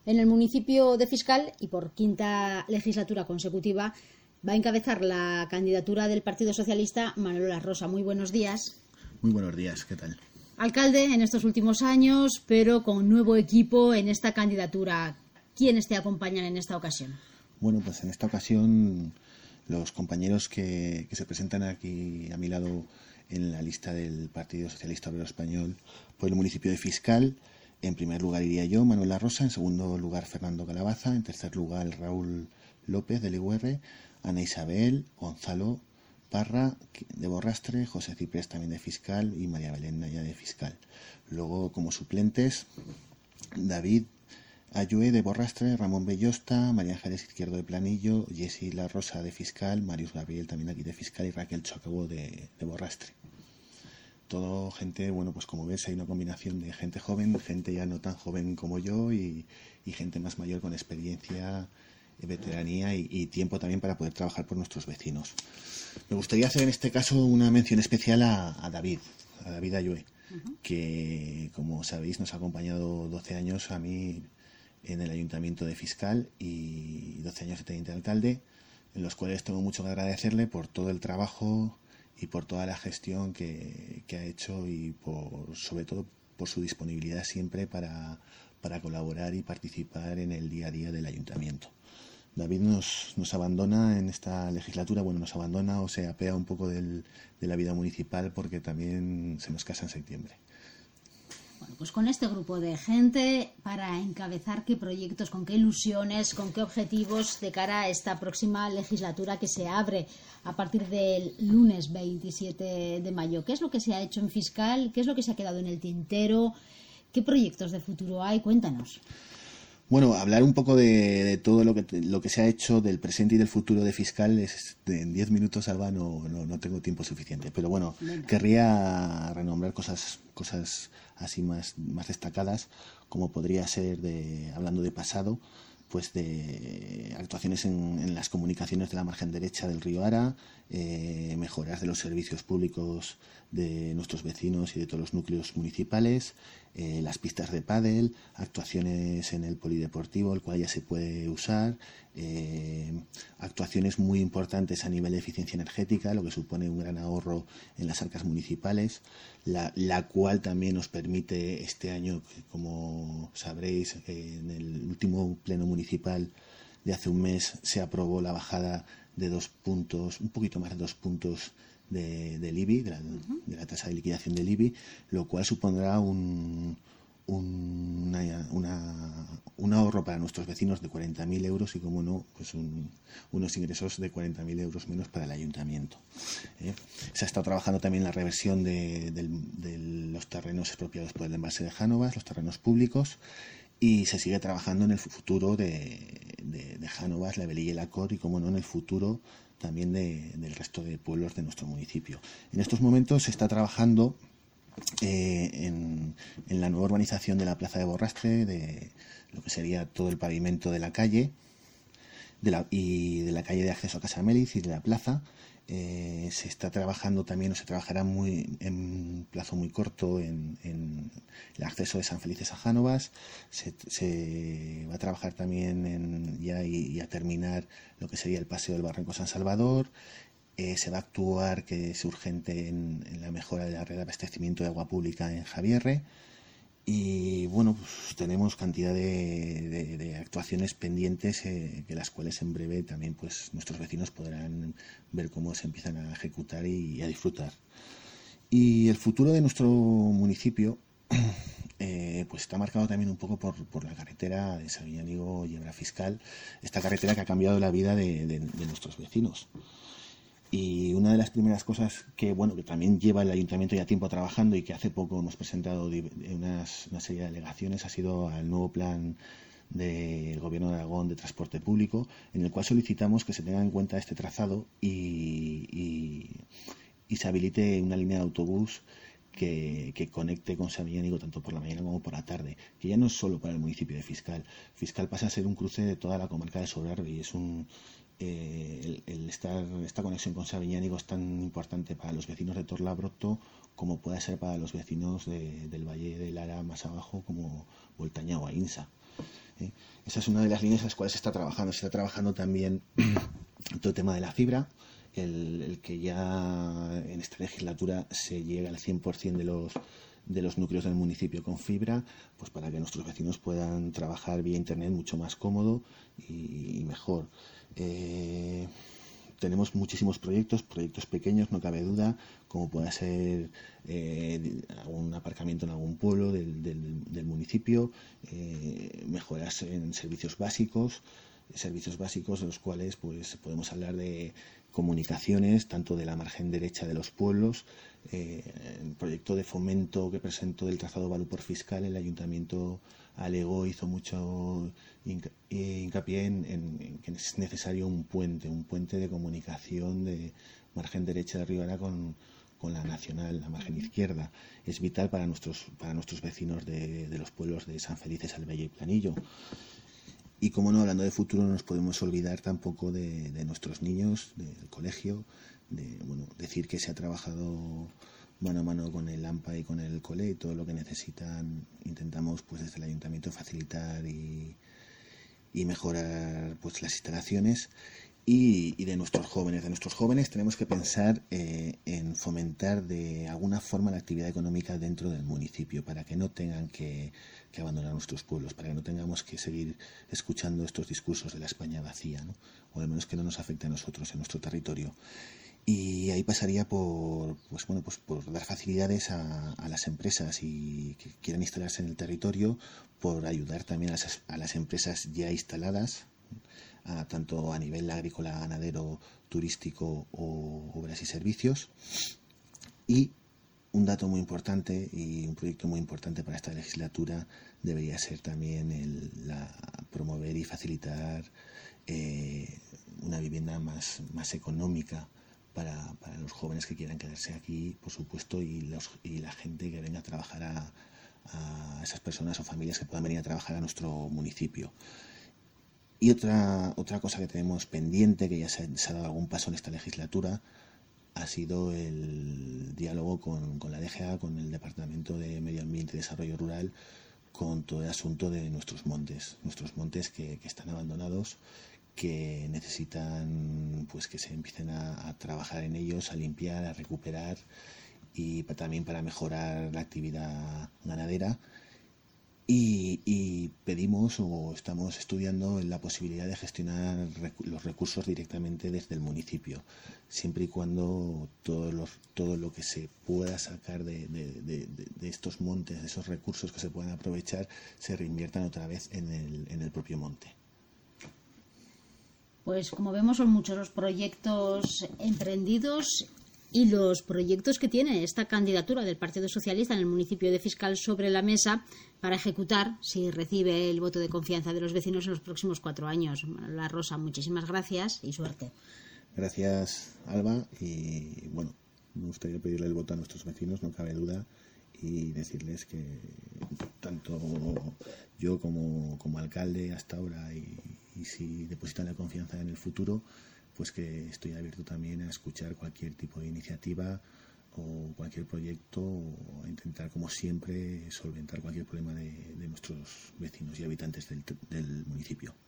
En el municipio de Fiscal, y por quinta legislatura consecutiva, va a encabezar la candidatura del Partido Socialista Manolo Larrosa. Muy buenos días. Muy buenos días, ¿qué tal? Alcalde en estos últimos años, pero con nuevo equipo en esta candidatura. ¿Quiénes te acompañan en esta ocasión? Bueno, pues en esta ocasión los compañeros que se presentan aquí a mi lado en la lista del Partido Socialista Obrero Español por el municipio de Fiscal. En primer lugar iría yo, Manuel Larrosa. En segundo lugar, Fernando Calabaza. En tercer lugar, Raúl López del IUR, Ana Isabel, Gonzalo Parra de Borrastre, José Ciprés también de Fiscal y María Belén Naya de Fiscal. Luego, como suplentes, David Ayue de Borrastre, Ramón Bellosta, María Ángeles Izquierdo de Planillo, Jessy La Rosa de Fiscal, Marius Gabriel también aquí de Fiscal y Raquel Chocabo de Borrastre. Todo gente, bueno, pues como ves hay una combinación de gente joven, gente ya no tan joven como yo y gente más mayor con experiencia, veteranía y tiempo también para poder trabajar por nuestros vecinos. Me gustaría hacer en este caso una mención especial a David Ayue, que como sabéis nos ha acompañado 12 años a mí en el Ayuntamiento de Fiscal y 12 años de teniente alcalde, en los cuales tengo mucho que agradecerle por todo el trabajo y por toda la gestión que ha hecho y sobre todo por su disponibilidad siempre para colaborar y participar en el día a día del Ayuntamiento. David nos abandona en esta legislatura, nos abandona o se apea un poco de la vida municipal porque también se nos casa en septiembre. Bueno, pues con este grupo de gente, para encabezar qué proyectos, con qué ilusiones, con qué objetivos de cara a esta próxima legislatura que se abre a partir del lunes 27 de mayo. ¿Qué es lo que se ha hecho en Fiscal? ¿Qué es lo que se ha quedado en el tintero? ¿Qué proyectos de futuro hay? Cuéntanos. Bueno, hablar un poco de todo lo que se ha hecho del presente y del futuro de Fiscal en 10 minutos, Alba, no tengo tiempo suficiente. Pero bueno, querría renombrar cosas así más destacadas, como podría ser, hablando de pasado, pues de actuaciones en las comunicaciones de la margen derecha del río Ara, mejoras de los servicios públicos de nuestros vecinos y de todos los núcleos municipales, las pistas de pádel, actuaciones en el polideportivo, el cual ya se puede usar, actuaciones muy importantes a nivel de eficiencia energética, lo que supone un gran ahorro en las arcas municipales, la cual también nos permite este año, como sabréis, en el último pleno municipal de hace un mes se aprobó la bajada de 2 puntos, un poquito más de 2 puntos del IBI, de la tasa de liquidación del IBI, lo cual supondrá un ahorro para nuestros vecinos de 40.000 euros y, como no, pues unos ingresos de 40.000 euros menos para el ayuntamiento. Se ha estado trabajando también la reversión de los terrenos expropiados por el embalse de Jánovas, los terrenos públicos, y se sigue trabajando en el futuro de Jánovas, La Velilla y la Cor, y, como no, en el futuro también del resto de pueblos de nuestro municipio. En estos momentos se está trabajando en la nueva urbanización de la Plaza de Borrastre, de lo que sería todo el pavimento de la calle y de la calle de acceso a Casa Méliz y de la plaza. Se está trabajando también, o se trabajará en plazo muy corto, en el acceso de San Felices a Jánovas. Se va a trabajar también y a terminar lo que sería el paseo del Barranco San Salvador. Se va a actuar, que es urgente, en la mejora de la red de abastecimiento de agua pública en Javierre. Y bueno, pues tenemos cantidad de actuaciones pendientes, que las cuales en breve también pues nuestros vecinos podrán ver cómo se empiezan a ejecutar y a disfrutar. Y el futuro de nuestro municipio pues está marcado también un poco por la carretera de Sabiñánigo-Yebra Fiscal, esta carretera que ha cambiado la vida de nuestros vecinos. Y una de las primeras cosas que también lleva el ayuntamiento ya tiempo trabajando y que hace poco hemos presentado una serie de alegaciones ha sido al nuevo plan del Gobierno de Aragón de transporte público, en el cual solicitamos que se tenga en cuenta este trazado y se habilite una línea de autobús que conecte con Sabiñánigo tanto por la mañana como por la tarde, que ya no es solo para el municipio de Fiscal. Fiscal pasa a ser un cruce de toda la comarca de Sobrarbe y es esta conexión con Sabiñánigo es tan importante para los vecinos de Torlabroto como puede ser para los vecinos del Valle de Lara más abajo, como Voltaña o Ainsa. Esa es una de las líneas en las cuales se está trabajando. Se está trabajando también todo el tema de la fibra, el que ya en esta legislatura se llega al 100% de los núcleos del municipio con fibra, pues para que nuestros vecinos puedan trabajar vía internet mucho más cómodo y mejor. Tenemos muchísimos proyectos pequeños, no cabe duda, como pueda ser algún aparcamiento en algún pueblo del municipio, mejoras en servicios básicos de los cuales pues podemos hablar de comunicaciones, tanto de la margen derecha de los pueblos, el proyecto de fomento que presentó del trazado valor fiscal, el ayuntamiento alegó, hizo mucho hincapié en que es necesario un puente de comunicación de margen derecha de Ribera con la nacional, la margen izquierda. Es vital para nuestros vecinos de los pueblos de San Felices, Albella y Planillo. Y como no, hablando de futuro, no nos podemos olvidar tampoco de nuestros niños, del colegio, decir que se ha trabajado mano a mano con el AMPA y con el COLE, y todo lo que necesitan intentamos pues desde el ayuntamiento facilitar y mejorar pues las instalaciones. Y de nuestros jóvenes tenemos que pensar en fomentar de alguna forma la actividad económica dentro del municipio, para que no tengan que abandonar nuestros pueblos, para que no tengamos que seguir escuchando estos discursos de la España vacía, ¿no? O al menos que no nos afecte a nosotros en nuestro territorio. Y ahí pasaría por dar facilidades a las empresas y que quieran instalarse en el territorio, por ayudar también a las empresas ya instaladas, tanto a nivel agrícola, ganadero, turístico o obras y servicios. Y un dato muy importante y un proyecto muy importante para esta legislatura debería ser también promover y facilitar una vivienda más económica para los jóvenes que quieran quedarse aquí, por supuesto, y la gente que venga a trabajar, a esas personas o familias que puedan venir a trabajar a nuestro municipio. Y otra cosa que tenemos pendiente, que ya se ha dado algún paso en esta legislatura, ha sido el diálogo con la DGA, con el Departamento de Medio Ambiente y Desarrollo Rural, con todo el asunto de nuestros montes que están abandonados, que necesitan pues que se empiecen a trabajar en ellos, a limpiar, a recuperar, y también para mejorar la actividad ganadera. Y pedimos o estamos estudiando la posibilidad de gestionar los recursos directamente desde el municipio, siempre y cuando todo lo que se pueda sacar de estos montes, de esos recursos que se puedan aprovechar, se reinviertan otra vez en el propio monte. Pues como vemos, son muchos los proyectos emprendidos y los proyectos que tiene esta candidatura del Partido Socialista en el municipio de Fiscal sobre la mesa para ejecutar, si recibe el voto de confianza de los vecinos en los próximos 4 años. La Rosa, muchísimas gracias y suerte. Gracias, Alba, y bueno, me gustaría pedirle el voto a nuestros vecinos, no cabe duda, y decirles que tanto yo como alcalde hasta ahora, y si depositan la confianza en el futuro, pues que estoy abierto también a escuchar cualquier tipo de iniciativa o cualquier proyecto, o a intentar, como siempre, solventar cualquier problema de nuestros vecinos y habitantes del municipio.